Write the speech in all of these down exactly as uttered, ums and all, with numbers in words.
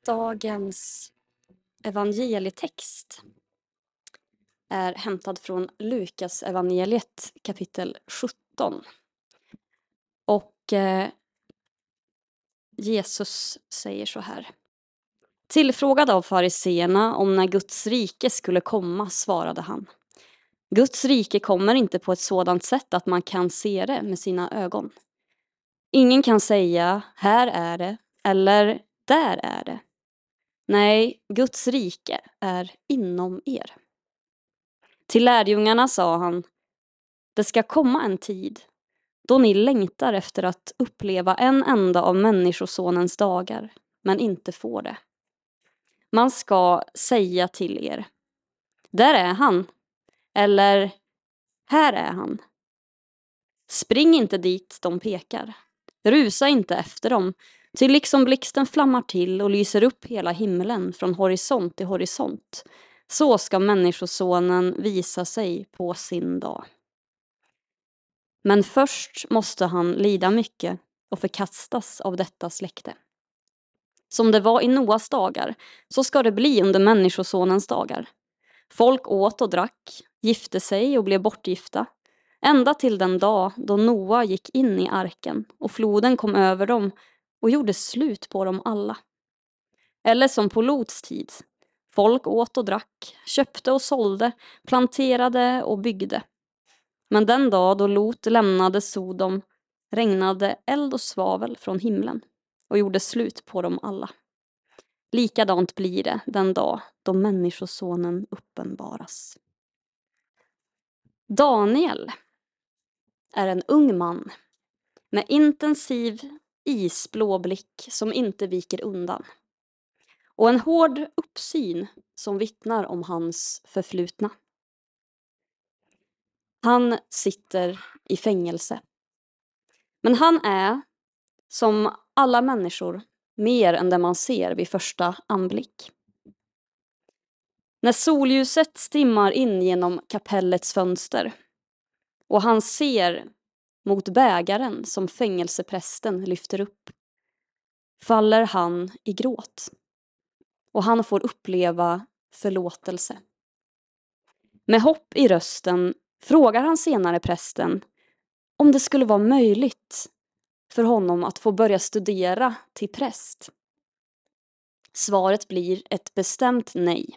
Dagens evangelietext är hämtad från Lukas evangeliet kapitel sjutton. Och eh, Jesus säger så här. Tillfrågad av fariseerna om när Guds rike skulle komma svarade han. Guds rike kommer inte på ett sådant sätt att man kan se det med sina ögon. Ingen kan säga, här är det, eller där är det. Nej, Guds rike är inom er. Till lärjungarna sa han, det ska komma en tid då ni längtar efter att uppleva en enda av människosonens dagar, men inte får det. Man ska säga till er, där är han, eller här är han. Spring inte dit de pekar, rusa inte efter dem, till liksom blixten flammar till och lyser upp hela himlen från horisont till horisont. Så ska människosonen visa sig på sin dag. Men först måste han lida mycket och förkastas av detta släkte. Som det var i Noas dagar, så ska det bli under människosonens dagar. Folk åt och drack, gifte sig och blev bortgifta, ända till den dag då Noa gick in i arken och floden kom över dem och gjorde slut på dem alla. Eller som på Lots tid, folk åt och drack, köpte och sålde, planterade och byggde. Men den dag då Lot lämnade Sodom regnade eld och svavel från himlen och gjorde slut på dem alla. Likadant blir det den dag då människosonen uppenbaras. Daniel är en ung man med intensiv isblå blick som inte viker undan. Och en hård uppsyn som vittnar om hans förflutna. Han sitter i fängelse. Men han är, som alla människor, mer än det man ser vid första anblick. När solljuset strimmar in genom kapellets fönster och han ser mot bägaren som fängelseprästen lyfter upp, faller han i gråt och han får uppleva förlåtelse. Med hopp i rösten frågar han senare prästen om det skulle vara möjligt för honom att få börja studera till präst. Svaret blir ett bestämt nej.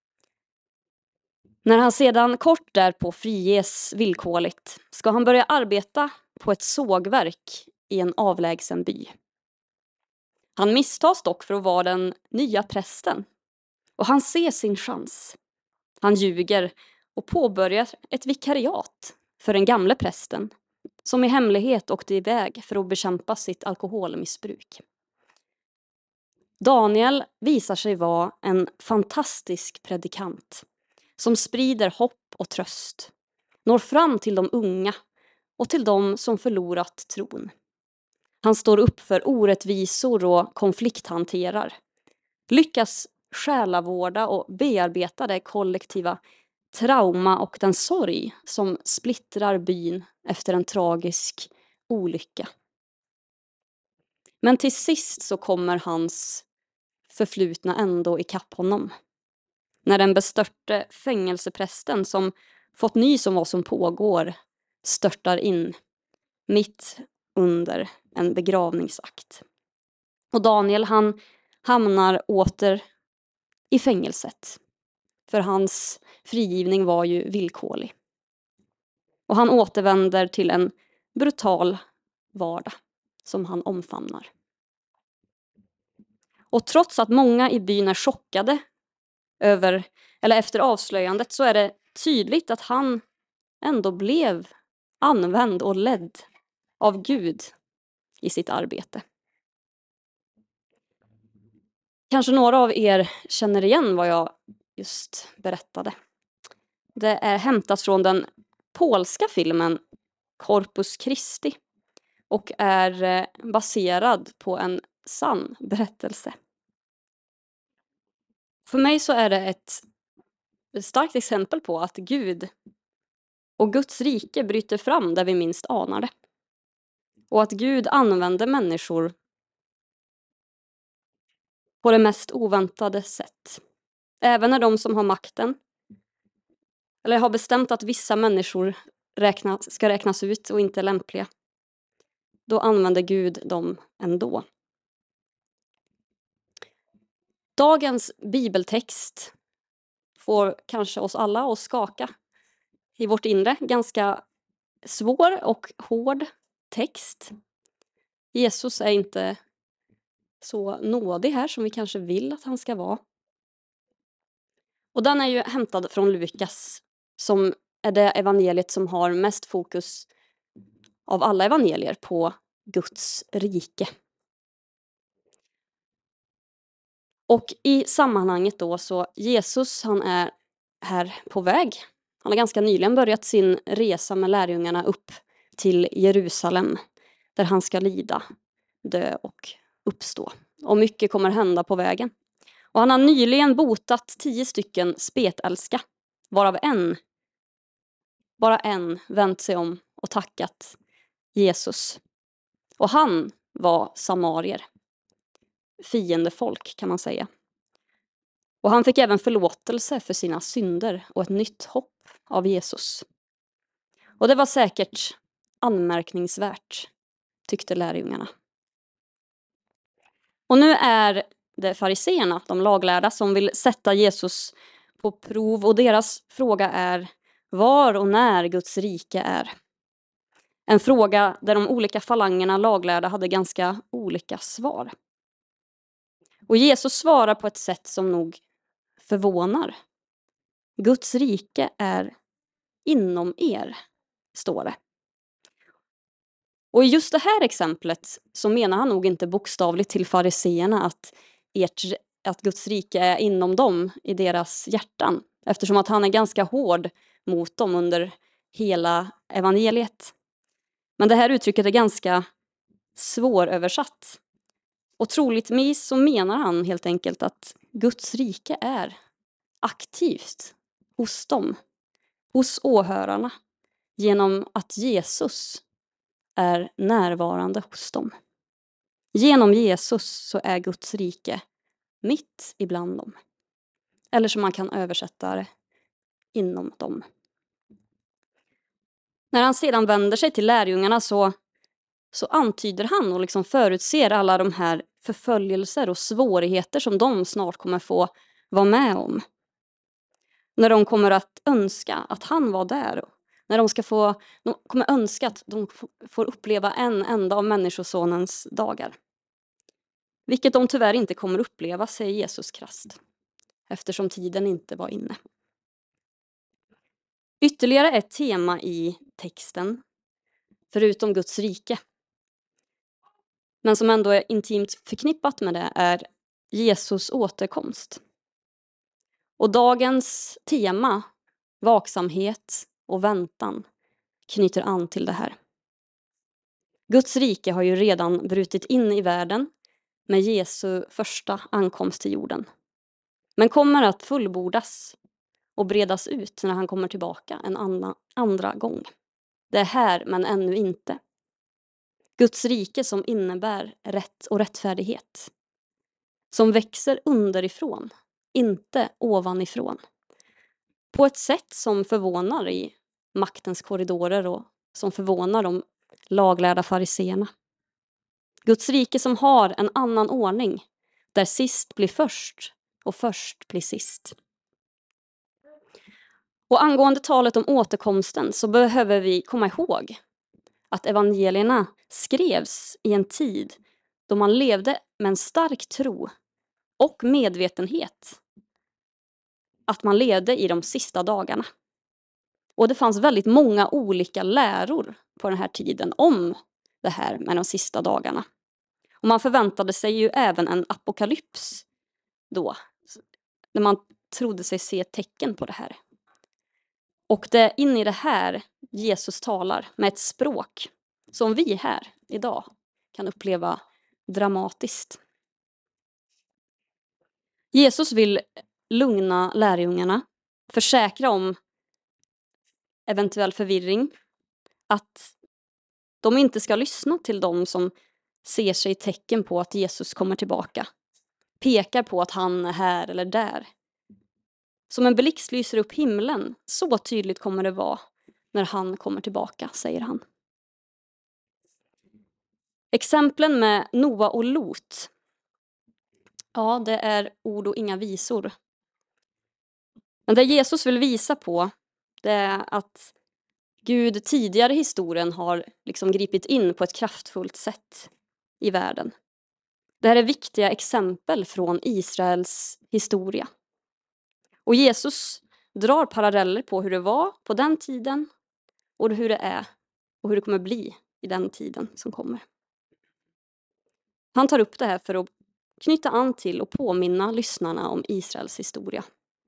När han sedan kort därpå friges villkorligt ska han börja arbeta på ett sågverk i en avlägsen by. Han misstas dock för att vara den nya prästen och han ser sin chans. Han ljuger och påbörjar ett vikariat för den gamle prästen som i hemlighet åkte iväg för att bekämpa sitt alkoholmissbruk. Daniel visar sig vara en fantastisk predikant som sprider hopp och tröst, når fram till de unga och till de som förlorat tron. Han står upp för orättvisor och konflikthanterar, lyckas själavårda och bearbeta det kollektiva trauma och den sorg som splittrar byn efter en tragisk olycka. Men till sist så kommer hans förflutna ändå ikapp honom. När den bestörte fängelseprästen som fått nys om vad som pågår störtar in mitt under en begravningsakt. Och Daniel han hamnar åter i fängelset. För hans frigivning var ju villkorlig. Och han återvänder till en brutal vardag som han omfamnar. Och trots att många i byn är chockade över, eller efter avslöjandet, så är det tydligt att han ändå blev använd och ledd av Gud i sitt arbete. Kanske några av er känner igen vad jag just berättade. Det är hämtat från den polska filmen Corpus Christi och är baserad på en sann berättelse. För mig så är det ett starkt exempel på att Gud och Guds rike bryter fram där vi minst anar det. Och att Gud använder människor på det mest oväntade sätt. Även när de som har makten eller har bestämt att vissa människor räknas, ska räknas ut och inte är lämpliga, då använder Gud dem ändå. Dagens bibeltext får kanske oss alla att skaka i vårt inre. Ganska svår och hård text. Jesus är inte så nådig här som vi kanske vill att han ska vara. Och den är ju hämtad från Lukas, som är det evangeliet som har mest fokus av alla evangelier på Guds rike. Och i sammanhanget då så Jesus, han är här på väg. Han har ganska nyligen börjat sin resa med lärjungarna upp till Jerusalem, där han ska lida, dö och uppstå. Och mycket kommer hända på vägen. Och han har nyligen botat tio stycken spetälska, varav en, bara en, vänt sig om och tackat Jesus. Och han var samarier, fiendefolk kan man säga. Och han fick även förlåtelse för sina synder och ett nytt hopp av Jesus. Och det var säkert anmärkningsvärt, tyckte lärjungarna. Och nu är det fariseerna, de laglärda, som vill sätta Jesus på prov. Och deras fråga är var och när Guds rike är. En fråga där de olika falangerna laglärda hade ganska olika svar. Och Jesus svarar på ett sätt som nog förvånar. Guds rike är inom er, står det. Och i just det här exemplet så menar han nog inte bokstavligt till fariseerna att, ert, att Guds rike är inom dem i deras hjärtan. Eftersom att han är ganska hård mot dem under hela evangeliet. Men det här uttrycket är ganska svåröversatt. Och troligtvis så menar han helt enkelt att Guds rike är aktivt hos dem, hos åhörarna, genom att Jesus är närvarande hos dem. Genom Jesus så är Guds rike mitt ibland dem. Eller som man kan översätta det, inom dem. När han sedan vänder sig till lärjungarna så, så antyder han och liksom förutser alla de här förföljelser och svårigheter som de snart kommer få vara med om. När de kommer att önska att han var där. När de ska få, de kommer önska att de får uppleva en enda av människosonens dagar. Vilket de tyvärr inte kommer uppleva, säger Jesus krasst. Eftersom tiden inte var inne. Ytterligare ett tema i texten, förutom Guds rike, men som ändå är intimt förknippat med det, är Jesus återkomst. Och dagens tema, vaksamhet och väntan, knyter an till det här. Guds rike har ju redan brutit in i världen med Jesu första ankomst till jorden. Men kommer att fullbordas och bredas ut när han kommer tillbaka en andra, andra gång. Det är här men ännu inte. Guds rike som innebär rätt och rättfärdighet. Som växer underifrån, inte ovanifrån. På ett sätt som förvånar i maktens korridorer och som förvånar de laglärda fariseerna. Guds rike som har en annan ordning, där sist blir först och först blir sist. Och angående talet om återkomsten så behöver vi komma ihåg att evangelierna skrevs i en tid då man levde med en stark tro och medvetenhet att man levde i de sista dagarna. Och det fanns väldigt många olika läror på den här tiden om det här med de sista dagarna. Och man förväntade sig ju även en apokalyps då, när man trodde sig se tecken på det här. Och det är in i det här Jesus talar med ett språk som vi här idag kan uppleva dramatiskt. Jesus vill lugna lärjungarna, försäkra om eventuell förvirring, att de inte ska lyssna till dem som ser sig tecken på att Jesus kommer tillbaka. pekar på att han är här eller där. Som en blixt lyser upp himlen, så tydligt kommer det vara när han kommer tillbaka, säger han. Exemplen med Noa och Lot, ja, det är ord och inga visor. Men det Jesus vill visa på, det är att Gud tidigare i historien har liksom gripit in på ett kraftfullt sätt i världen. Det här är viktiga exempel från Israels historia. Och Jesus drar paralleller på hur det var på den tiden och hur det är och hur det kommer bli i den tiden som kommer. Han tar upp det här för att knyta an till och påminna lyssnarna om Israels historia.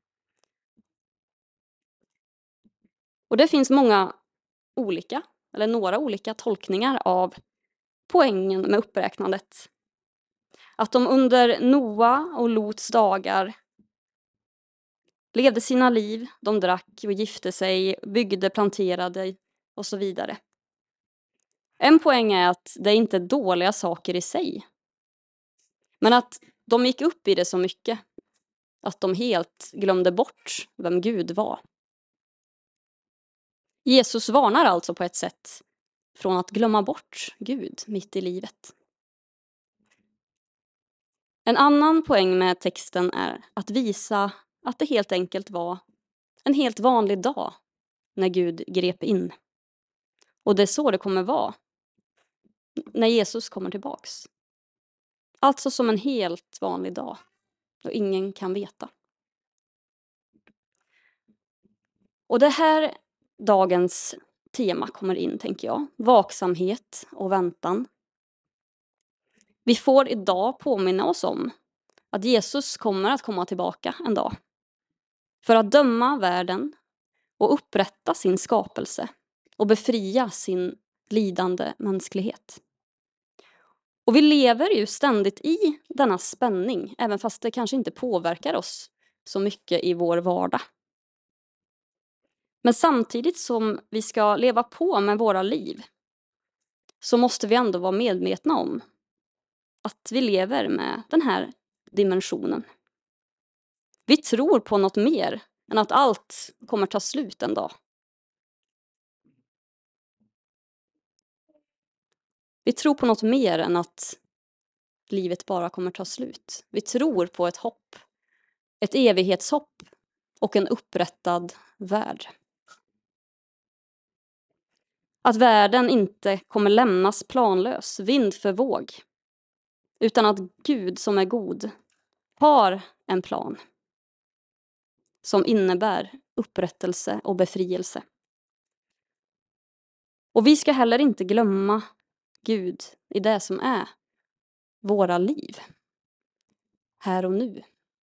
Och det finns många olika, eller några olika tolkningar av poängen med uppräknandet. Att de under Noa och Lots dagar levde sina liv, de drack och gifte sig, byggde, planterade och så vidare. En poäng är att det inte är dåliga saker i sig. Men att de gick upp i det så mycket att de helt glömde bort vem Gud var. Jesus varnar alltså på ett sätt från att glömma bort Gud mitt i livet. En annan poäng med texten är att visa att det helt enkelt var en helt vanlig dag när Gud grep in. Och det är så det kommer vara när Jesus kommer tillbaks. Alltså som en helt vanlig dag och ingen kan veta. Och det här dagens tema kommer in, tänker jag. Vaksamhet och väntan. Vi får idag påminna oss om att Jesus kommer att komma tillbaka en dag. För att döma världen och upprätta sin skapelse och befria sin lidande mänsklighet. Och vi lever ju ständigt i denna spänning, även fast det kanske inte påverkar oss så mycket i vår vardag. Men samtidigt som vi ska leva på med våra liv så måste vi ändå vara medvetna om att vi lever med den här dimensionen. Vi tror på något mer än att allt kommer ta slut en dag. Vi tror på något mer än att livet bara kommer ta slut. Vi tror på ett hopp, ett evighetshopp och en upprättad värld. Att världen inte kommer lämnas planlös, vind för våg. Utan att Gud som är god har en plan som innebär upprättelse och befrielse. Och vi ska heller inte glömma Gud i det som är våra liv. Här och nu.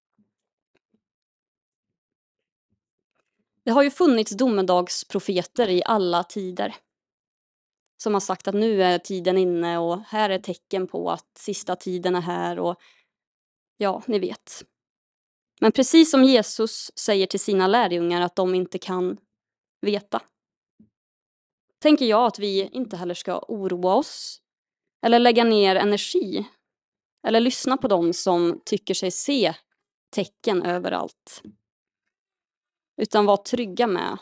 Det har ju funnits domedagsprofeter i alla tider. Som har sagt att nu är tiden inne och här är tecken på att sista tiden är här och ja, ni vet. Men precis som Jesus säger till sina lärjungar att de inte kan veta, tänker jag att vi inte heller ska oroa oss eller lägga ner energi eller lyssna på dem som tycker sig se tecken överallt. Utan vara trygga med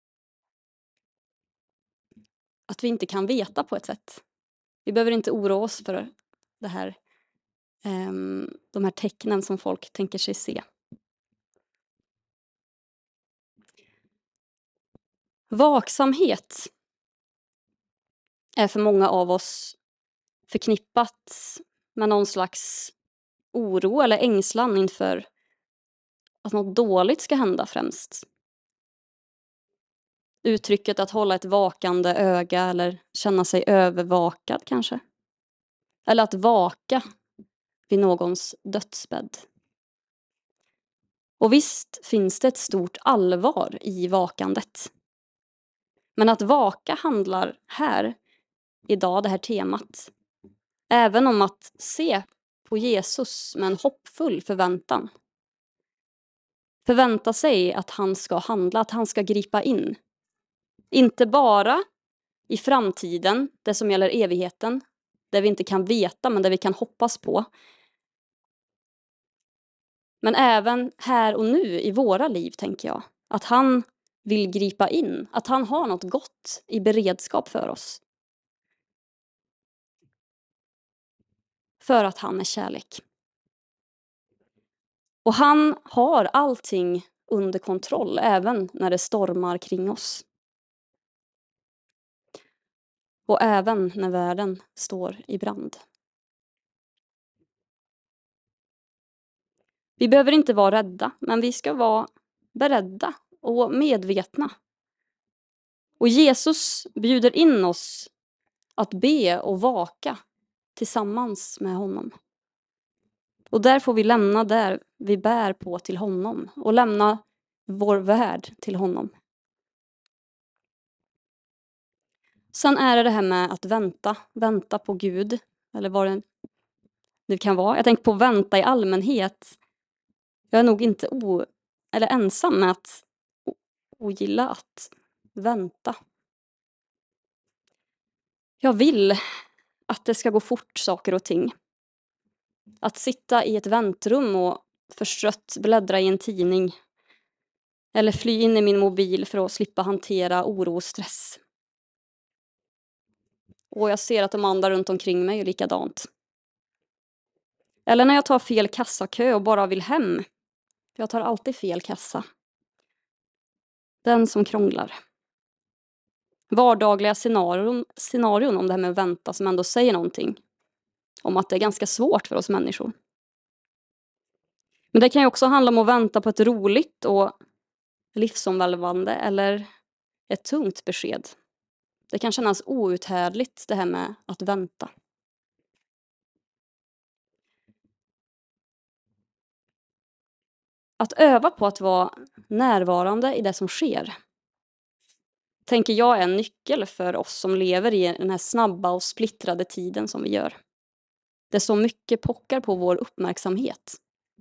att vi inte kan veta på ett sätt. Vi behöver inte oroa oss för det här, um, de här tecknen som folk tänker sig se. Vaksamhet är för många av oss förknippat med någon slags oro eller ängslan inför att något dåligt ska hända främst. Uttrycket att hålla ett vakande öga eller känna sig övervakad kanske. Eller att vaka vid någons dödsbädd. Och visst finns det ett stort allvar i vakandet. Men att vaka handlar här, idag, det här temat, även om att se på Jesus med en hoppfull förväntan. Förvänta sig att han ska handla, att han ska gripa in. Inte bara i framtiden, det som gäller evigheten, där vi inte kan veta men där vi kan hoppas på. Men även här och nu i våra liv, tänker jag. Att han vill gripa in. Att han har något gott i beredskap för oss. För att han är kärlek. Och han har allting under kontroll, även när det stormar kring oss. Och även när världen står i brand. Vi behöver inte vara rädda, men vi ska vara beredda och medvetna. Och Jesus bjuder in oss att be och vaka tillsammans med honom. Och där får vi lämna där vi bär på till honom och lämna vår värld till honom. Sen är det det här med att vänta, vänta på Gud, eller vad det, det kan vara. Jag tänker på vänta i allmänhet. Jag är nog inte o, eller ensam med att ogilla att vänta. Jag vill att det ska gå fort, saker och ting. Att sitta i ett väntrum och förstrött bläddra i en tidning. Eller fly in i min mobil för att slippa hantera oro och stress. Och jag ser att de andra runt omkring mig är likadant. Eller när jag tar fel kassakö och bara vill hem. Jag tar alltid fel kassa. Den som krånglar. Vardagliga scenarion, scenarion om det här med att vänta som ändå säger någonting. Om att det är ganska svårt för oss människor. Men det kan ju också handla om att vänta på ett roligt och livsomvälvande eller ett tungt besked. Det kan kännas outhärdligt det här med att vänta. Att öva på att vara närvarande i det som sker. Tänker jag är en nyckel för oss som lever i den här snabba och splittrade tiden som vi gör. Det så mycket pockar på vår uppmärksamhet.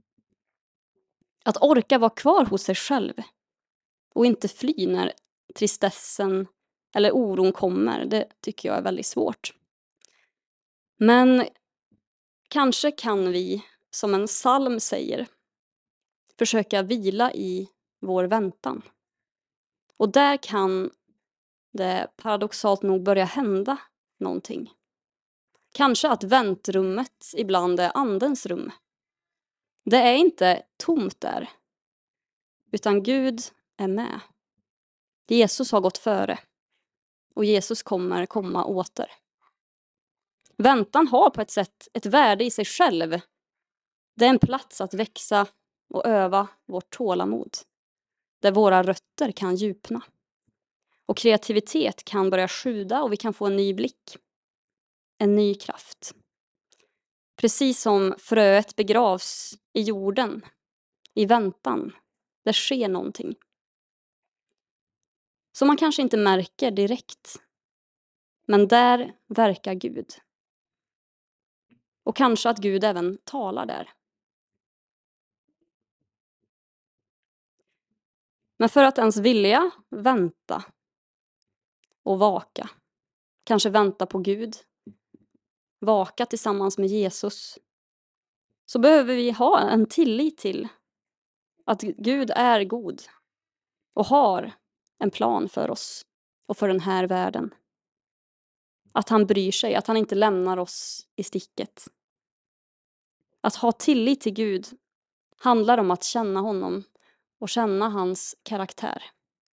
Att orka vara kvar hos sig själv. Och inte fly när tristessen eller oron kommer. Det tycker jag är väldigt svårt. Men kanske kan vi, som en psalm säger, försöka vila i vår väntan. Och där kan det paradoxalt nog börja hända någonting. Kanske att väntrummet ibland är andens rum. Det är inte tomt där. Utan Gud är med. Jesus har gått före. Och Jesus kommer komma åter. Väntan har på ett sätt ett värde i sig själv. Det är en plats att växa och öva vårt tålamod. Där våra rötter kan djupna. Och kreativitet kan börja sjuda och vi kan få en ny blick. En ny kraft. Precis som fröet begravs i jorden. I väntan. Det sker någonting. Som man kanske inte märker direkt. Men där verkar Gud. Och kanske att Gud även talar där. Men för att ens vilja vänta och vaka. Kanske vänta på Gud. Vaka tillsammans med Jesus. Så behöver vi ha en tillit till att Gud är god. Och har en plan för oss och för den här världen. Att han bryr sig, att han inte lämnar oss i sticket. Att ha tillit till Gud handlar om att känna honom och känna hans karaktär.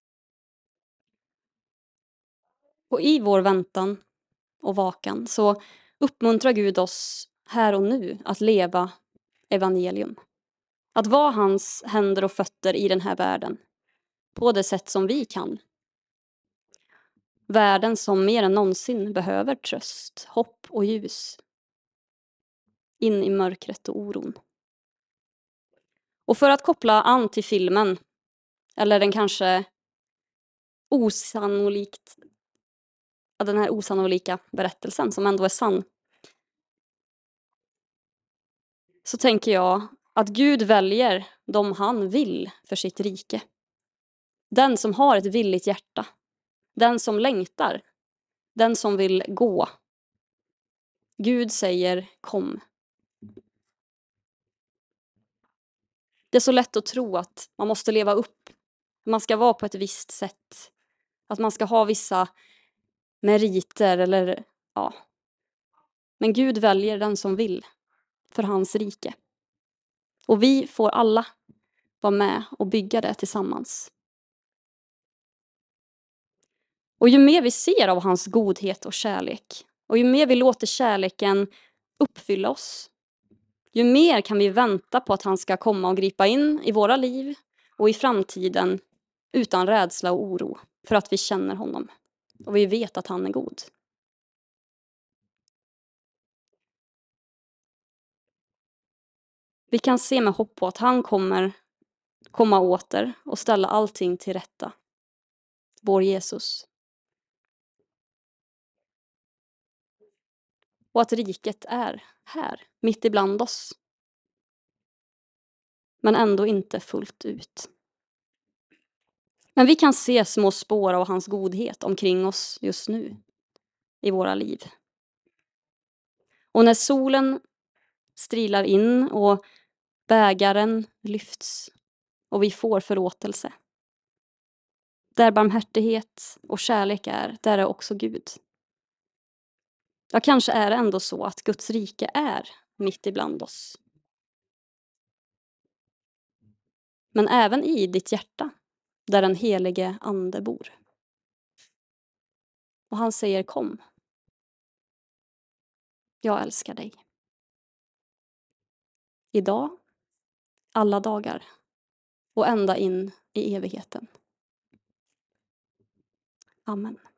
Och i vår väntan och vakan så uppmuntrar Gud oss här och nu att leva evangelium. Att vara hans händer och fötter i den här världen. På det sätt som vi kan. Världen som mer än någonsin behöver tröst, hopp och ljus. In i mörkret och oron. Och för att koppla an till filmen. Eller den kanske osannolikt. Den här osannolika berättelsen som ändå är sann. Så tänker jag att Gud väljer de han vill för sitt rike. Den som har ett villigt hjärta. Den som längtar. Den som vill gå. Gud säger kom. Det är så lätt att tro att man måste leva upp. Man ska vara på ett visst sätt. Att man ska ha vissa meriter eller ja. Men Gud väljer den som vill för hans rike. Och vi får alla vara med och bygga det tillsammans. Och ju mer vi ser av hans godhet och kärlek, och ju mer vi låter kärleken uppfylla oss, ju mer kan vi vänta på att han ska komma och gripa in i våra liv och i framtiden utan rädsla och oro, för att vi känner honom och vi vet att han är god. Vi kan se med hopp på att han kommer komma åter och ställa allting till rätta. Vår Jesus. Och att riket är här, mitt ibland oss. Men ändå inte fullt ut. Men vi kan se små spår av hans godhet omkring oss just nu i våra liv. Och när solen strilar in och bägaren lyfts och vi får förlåtelse. Där barmhärtighet och kärlek är, där är också Gud. Ja, kanske är det ändå så att Guds rike är mitt ibland oss. Men även i ditt hjärta, där den helige ande bor. Och han säger kom. Jag älskar dig. Idag, alla dagar och ända in i evigheten. Amen.